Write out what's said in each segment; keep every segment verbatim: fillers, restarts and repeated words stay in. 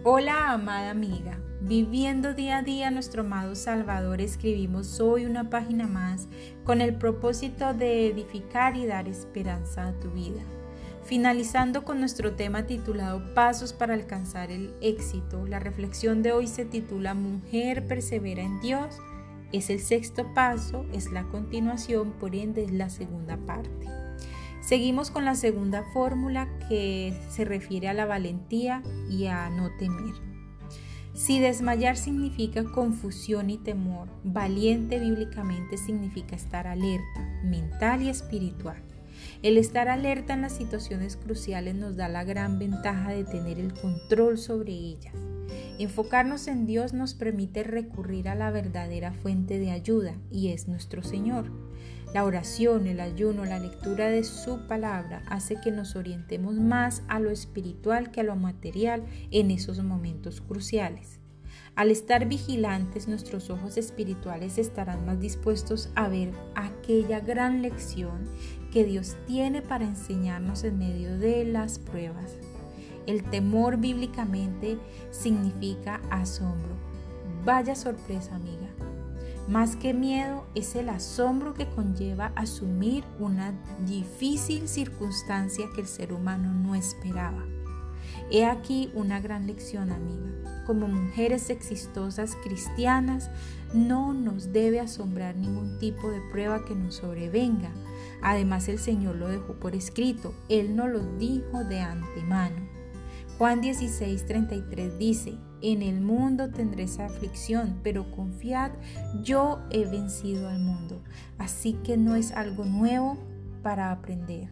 Hola, amada amiga. Viviendo día a día nuestro amado Salvador, escribimos hoy una página más con el propósito de edificar y dar esperanza a tu vida. Finalizando con nuestro tema titulado Pasos para alcanzar el éxito, la reflexión de hoy se titula Mujer persevera en Dios. Es el sexto paso, es la continuación, por ende es la segunda parte. Seguimos con la segunda fórmula que se refiere a la valentía y a no temer. Si desmayar significa confusión y temor, valiente bíblicamente significa estar alerta, mental y espiritual. El estar alerta en las situaciones cruciales nos da la gran ventaja de tener el control sobre ellas. Enfocarnos en Dios nos permite recurrir a la verdadera fuente de ayuda, y es nuestro Señor. La oración, el ayuno, la lectura de su palabra hace que nos orientemos más a lo espiritual que a lo material en esos momentos cruciales. Al estar vigilantes, nuestros ojos espirituales estarán más dispuestos a ver aquella gran lección que Dios tiene para enseñarnos en medio de las pruebas. El temor bíblicamente significa asombro. Vaya sorpresa, amiga. Más que miedo, es el asombro que conlleva asumir una difícil circunstancia que el ser humano no esperaba. He aquí una gran lección, amiga. Como mujeres exitosas cristianas, no nos debe asombrar ningún tipo de prueba que nos sobrevenga. Además, el Señor lo dejó por escrito. Él nos lo dijo de antemano. Juan dieciséis, treinta y tres dice, en el mundo tendréis aflicción, pero confiad, yo he vencido al mundo. Así que no es algo nuevo para aprender.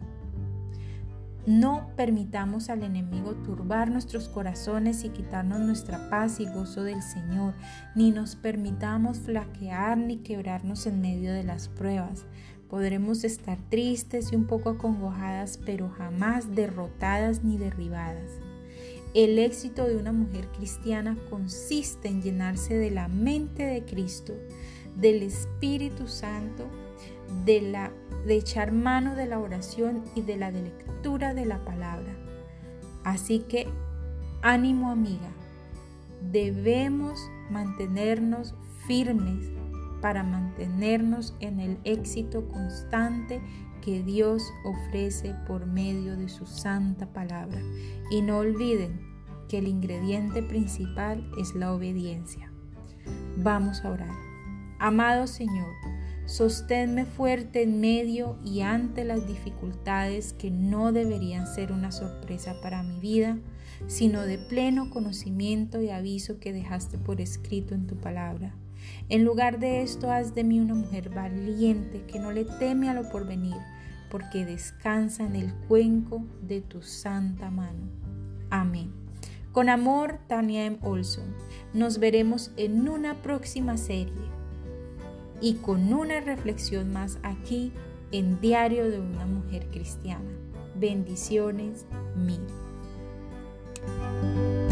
No permitamos al enemigo turbar nuestros corazones y quitarnos nuestra paz y gozo del Señor, ni nos permitamos flaquear ni quebrarnos en medio de las pruebas. Podremos estar tristes y un poco acongojadas, pero jamás derrotadas ni derribadas. El éxito de una mujer cristiana consiste en llenarse de la mente de Cristo, del Espíritu Santo, de, la, de echar mano de la oración y de la de lectura de la palabra. Así que, ánimo, amiga, debemos mantenernos firmes para mantenernos en el éxito constante que Dios ofrece por medio de su santa palabra. Y no olviden que el ingrediente principal es la obediencia. Vamos a orar. Amado Señor, sosténme fuerte en medio y ante las dificultades que no deberían ser una sorpresa para mi vida, sino de pleno conocimiento y aviso que dejaste por escrito en tu palabra. En lugar de esto, haz de mí una mujer valiente que no le teme a lo porvenir, porque descansa en el cuenco de tu santa mano. Amén. Con amor, Tania M. Olson. Nos veremos en una próxima serie y con una reflexión más aquí en Diario de una Mujer Cristiana. Bendiciones mil.